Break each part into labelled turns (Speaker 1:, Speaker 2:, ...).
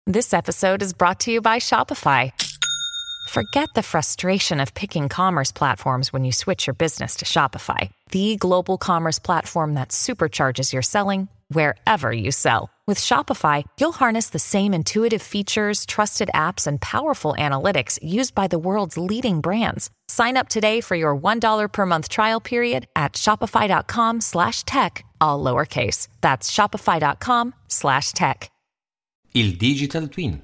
Speaker 1: This episode is brought to you by Shopify. Forget the frustration of picking commerce platforms when you switch your business to Shopify, the global commerce platform that supercharges your selling wherever you sell. With Shopify, you'll harness the same intuitive features, trusted apps, and powerful analytics used by the world's leading brands. Sign up today for your $1 per month trial period at shopify.com/tech, all lowercase. That's shopify.com/tech.
Speaker 2: Il Digital Twin.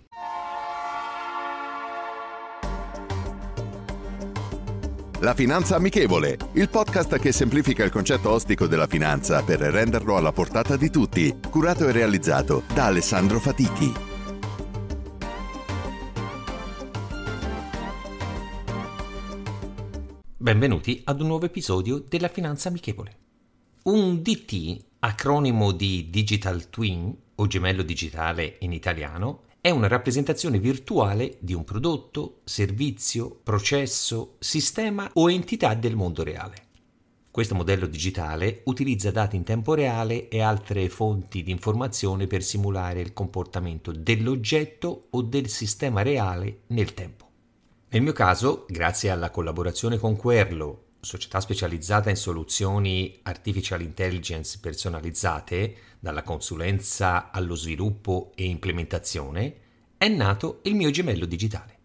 Speaker 3: La Finanza Amichevole, il podcast che semplifica il concetto ostico della finanza per renderlo alla portata di tutti, curato e realizzato da Alessandro Fatichi.
Speaker 2: Benvenuti ad un nuovo episodio della Finanza Amichevole. Un DT, acronimo di Digital Twin o gemello digitale in italiano, è una rappresentazione virtuale di un prodotto, servizio, processo, sistema o entità del mondo reale. Questo modello digitale utilizza dati in tempo reale e altre fonti di informazione per simulare il comportamento dell'oggetto o del sistema reale nel tempo. Nel mio caso, grazie alla collaborazione con Querlo, società specializzata in soluzioni artificial intelligence personalizzate, dalla consulenza allo sviluppo e implementazione, è nato il mio gemello digitale.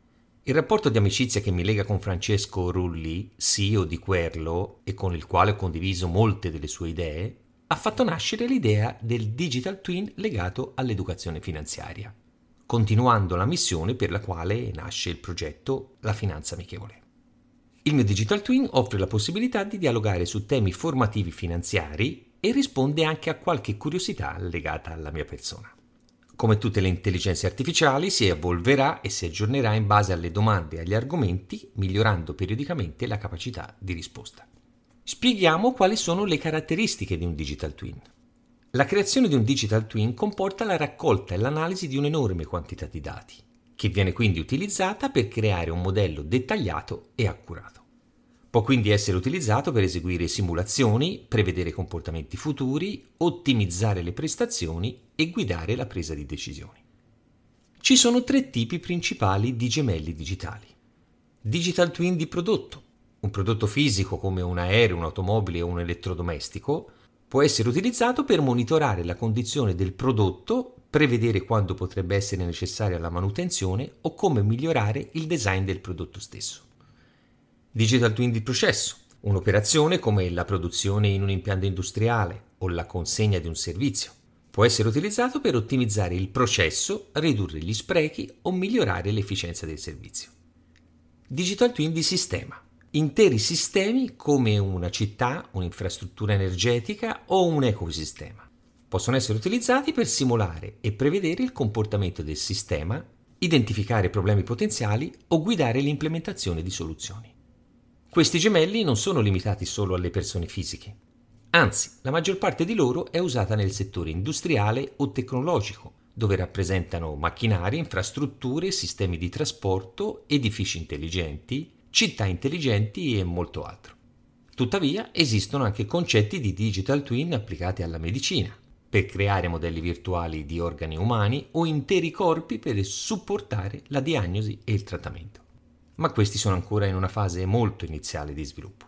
Speaker 2: Il rapporto di amicizia che mi lega con Francesco Rulli, CEO di Querlo, e con il quale ho condiviso molte delle sue idee, ha fatto nascere l'idea del Digital Twin legato all'educazione finanziaria, continuando la missione per la quale nasce il progetto La Finanza Amichevole. Il mio Digital Twin offre la possibilità di dialogare su temi formativi finanziari e risponde anche a qualche curiosità legata alla mia persona. Come tutte le intelligenze artificiali, si evolverà e si aggiornerà in base alle domande e agli argomenti, migliorando periodicamente la capacità di risposta. Spieghiamo quali sono le caratteristiche di un Digital Twin. La creazione di un Digital Twin comporta la raccolta e l'analisi di un'enorme quantità di dati, che viene quindi utilizzata per creare un modello dettagliato e accurato. Può quindi essere utilizzato per eseguire simulazioni, prevedere comportamenti futuri, ottimizzare le prestazioni e guidare la presa di decisioni. Ci sono 3 tipi principali di gemelli digitali. Digital Twin di prodotto. Un prodotto fisico come un aereo, un'automobile o un elettrodomestico può essere utilizzato per monitorare la condizione del prodotto, prevedere quando potrebbe essere necessaria la manutenzione o come migliorare il design del prodotto stesso. Digital Twin di processo, un'operazione come la produzione in un impianto industriale o la consegna di un servizio. Può essere utilizzato per ottimizzare il processo, ridurre gli sprechi o migliorare l'efficienza del servizio. Digital Twin di sistema, interi sistemi come una città, un'infrastruttura energetica o un ecosistema. Possono essere utilizzati per simulare e prevedere il comportamento del sistema, identificare problemi potenziali o guidare l'implementazione di soluzioni. Questi gemelli non sono limitati solo alle persone fisiche. Anzi, la maggior parte di loro è usata nel settore industriale o tecnologico, dove rappresentano macchinari, infrastrutture, sistemi di trasporto, edifici intelligenti, città intelligenti e molto altro. Tuttavia, esistono anche concetti di Digital Twin applicati alla medicina, per creare modelli virtuali di organi umani o interi corpi per supportare la diagnosi e il trattamento. Ma questi sono ancora in una fase molto iniziale di sviluppo.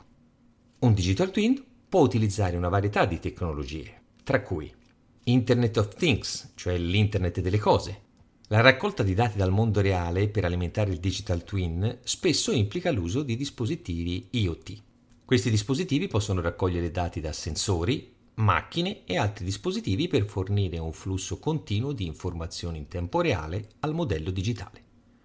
Speaker 2: Un Digital Twin può utilizzare una varietà di tecnologie, tra cui Internet of Things, cioè l'Internet delle cose. La raccolta di dati dal mondo reale per alimentare il Digital Twin spesso implica l'uso di dispositivi IoT. Questi dispositivi possono raccogliere dati da sensori, macchine e altri dispositivi per fornire un flusso continuo di informazioni in tempo reale al modello digitale.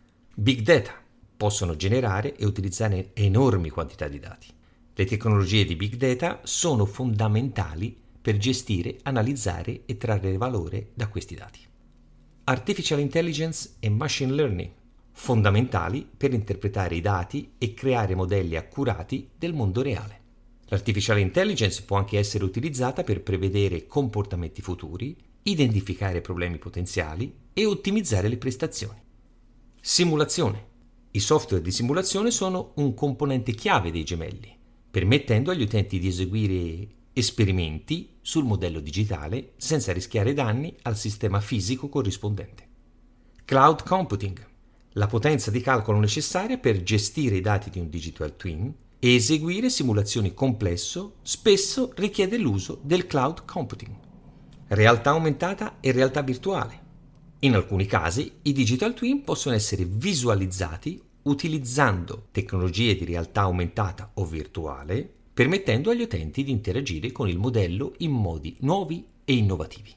Speaker 2: Big Data possono generare e utilizzare enormi quantità di dati. Le tecnologie di Big Data sono fondamentali per gestire, analizzare e trarre valore da questi dati. Artificial Intelligence e Machine Learning, fondamentali per interpretare i dati e creare modelli accurati del mondo reale. L'artificial intelligence può anche essere utilizzata per prevedere comportamenti futuri, identificare problemi potenziali e ottimizzare le prestazioni. Simulazione. I software di simulazione sono un componente chiave dei gemelli, permettendo agli utenti di eseguire esperimenti sul modello digitale senza rischiare danni al sistema fisico corrispondente. Cloud computing, la potenza di calcolo necessaria per gestire i dati di un digital twin e eseguire simulazioni complesse spesso richiede l'uso del cloud computing. Realtà aumentata e realtà virtuale. In alcuni casi i digital twin possono essere visualizzati utilizzando tecnologie di realtà aumentata o virtuale, permettendo agli utenti di interagire con il modello in modi nuovi e innovativi.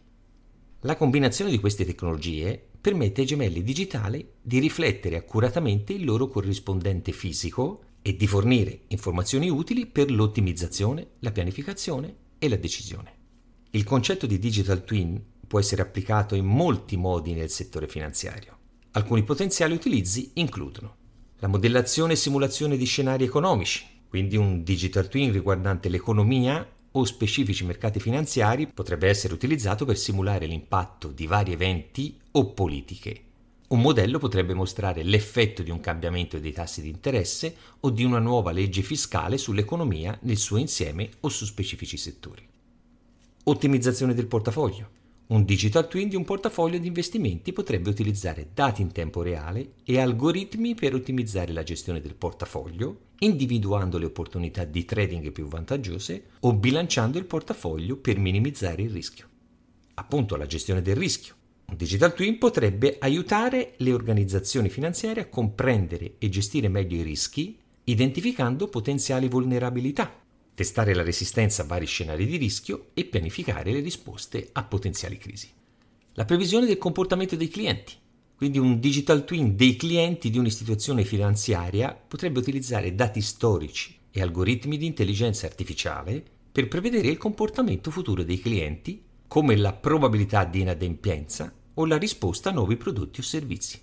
Speaker 2: La combinazione di queste tecnologie permette ai gemelli digitali di riflettere accuratamente il loro corrispondente fisico e di fornire informazioni utili per l'ottimizzazione, la pianificazione e la decisione. Il concetto di digital twin può essere applicato in molti modi nel settore finanziario. Alcuni potenziali utilizzi includono la modellazione e simulazione di scenari economici, quindi un digital twin riguardante l'economia o specifici mercati finanziari potrebbe essere utilizzato per simulare l'impatto di vari eventi o politiche. Un modello potrebbe mostrare l'effetto di un cambiamento dei tassi di interesse o di una nuova legge fiscale sull'economia nel suo insieme o su specifici settori. Ottimizzazione del portafoglio. Un digital twin di un portafoglio di investimenti potrebbe utilizzare dati in tempo reale e algoritmi per ottimizzare la gestione del portafoglio, individuando le opportunità di trading più vantaggiose o bilanciando il portafoglio per minimizzare il rischio. Appunto, la gestione del rischio. Un digital twin potrebbe aiutare le organizzazioni finanziarie a comprendere e gestire meglio i rischi, identificando potenziali vulnerabilità, testare la resistenza a vari scenari di rischio e pianificare le risposte a potenziali crisi. La previsione del comportamento dei clienti. Quindi un digital twin dei clienti di un'istituzione finanziaria potrebbe utilizzare dati storici e algoritmi di intelligenza artificiale per prevedere il comportamento futuro dei clienti, come la probabilità di inadempienza o la risposta a nuovi prodotti o servizi.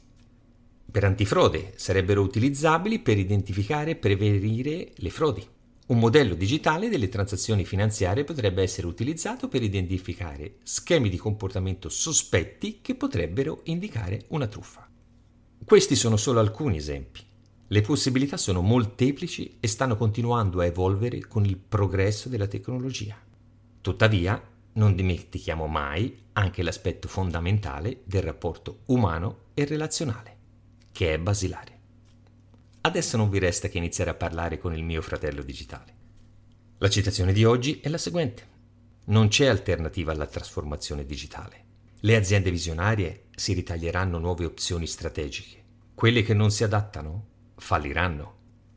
Speaker 2: Per antifrode sarebbero utilizzabili per identificare e prevenire le frodi. Un modello digitale delle transazioni finanziarie potrebbe essere utilizzato per identificare schemi di comportamento sospetti che potrebbero indicare una truffa. Questi sono solo alcuni esempi. Le possibilità sono molteplici e stanno continuando a evolvere con il progresso della tecnologia. Tuttavia, non dimentichiamo mai anche l'aspetto fondamentale del rapporto umano e relazionale, che è basilare. Adesso non vi resta che iniziare a parlare con il mio fratello digitale. La citazione di oggi è la seguente: non c'è alternativa alla trasformazione digitale. Le aziende visionarie si ritaglieranno nuove opzioni strategiche. Quelle che non si adattano falliranno.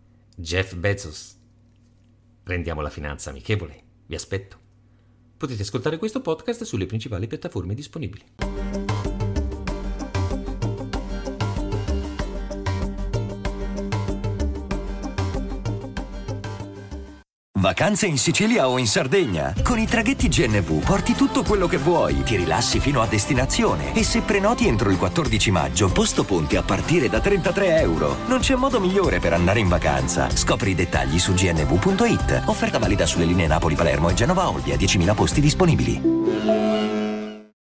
Speaker 2: Jeff Bezos. Rendiamo la finanza amichevole. Vi aspetto. Potete ascoltare questo podcast sulle principali piattaforme disponibili.
Speaker 4: Vacanze in Sicilia o in Sardegna. Con i traghetti GNV porti tutto quello che vuoi, ti rilassi fino a destinazione e se prenoti entro il 14 maggio, posto ponti a partire da €33. Non c'è modo migliore per andare in vacanza. Scopri i dettagli su gnv.it. Offerta valida sulle linee Napoli-Palermo e Genova-Olbia, 10.000 posti disponibili.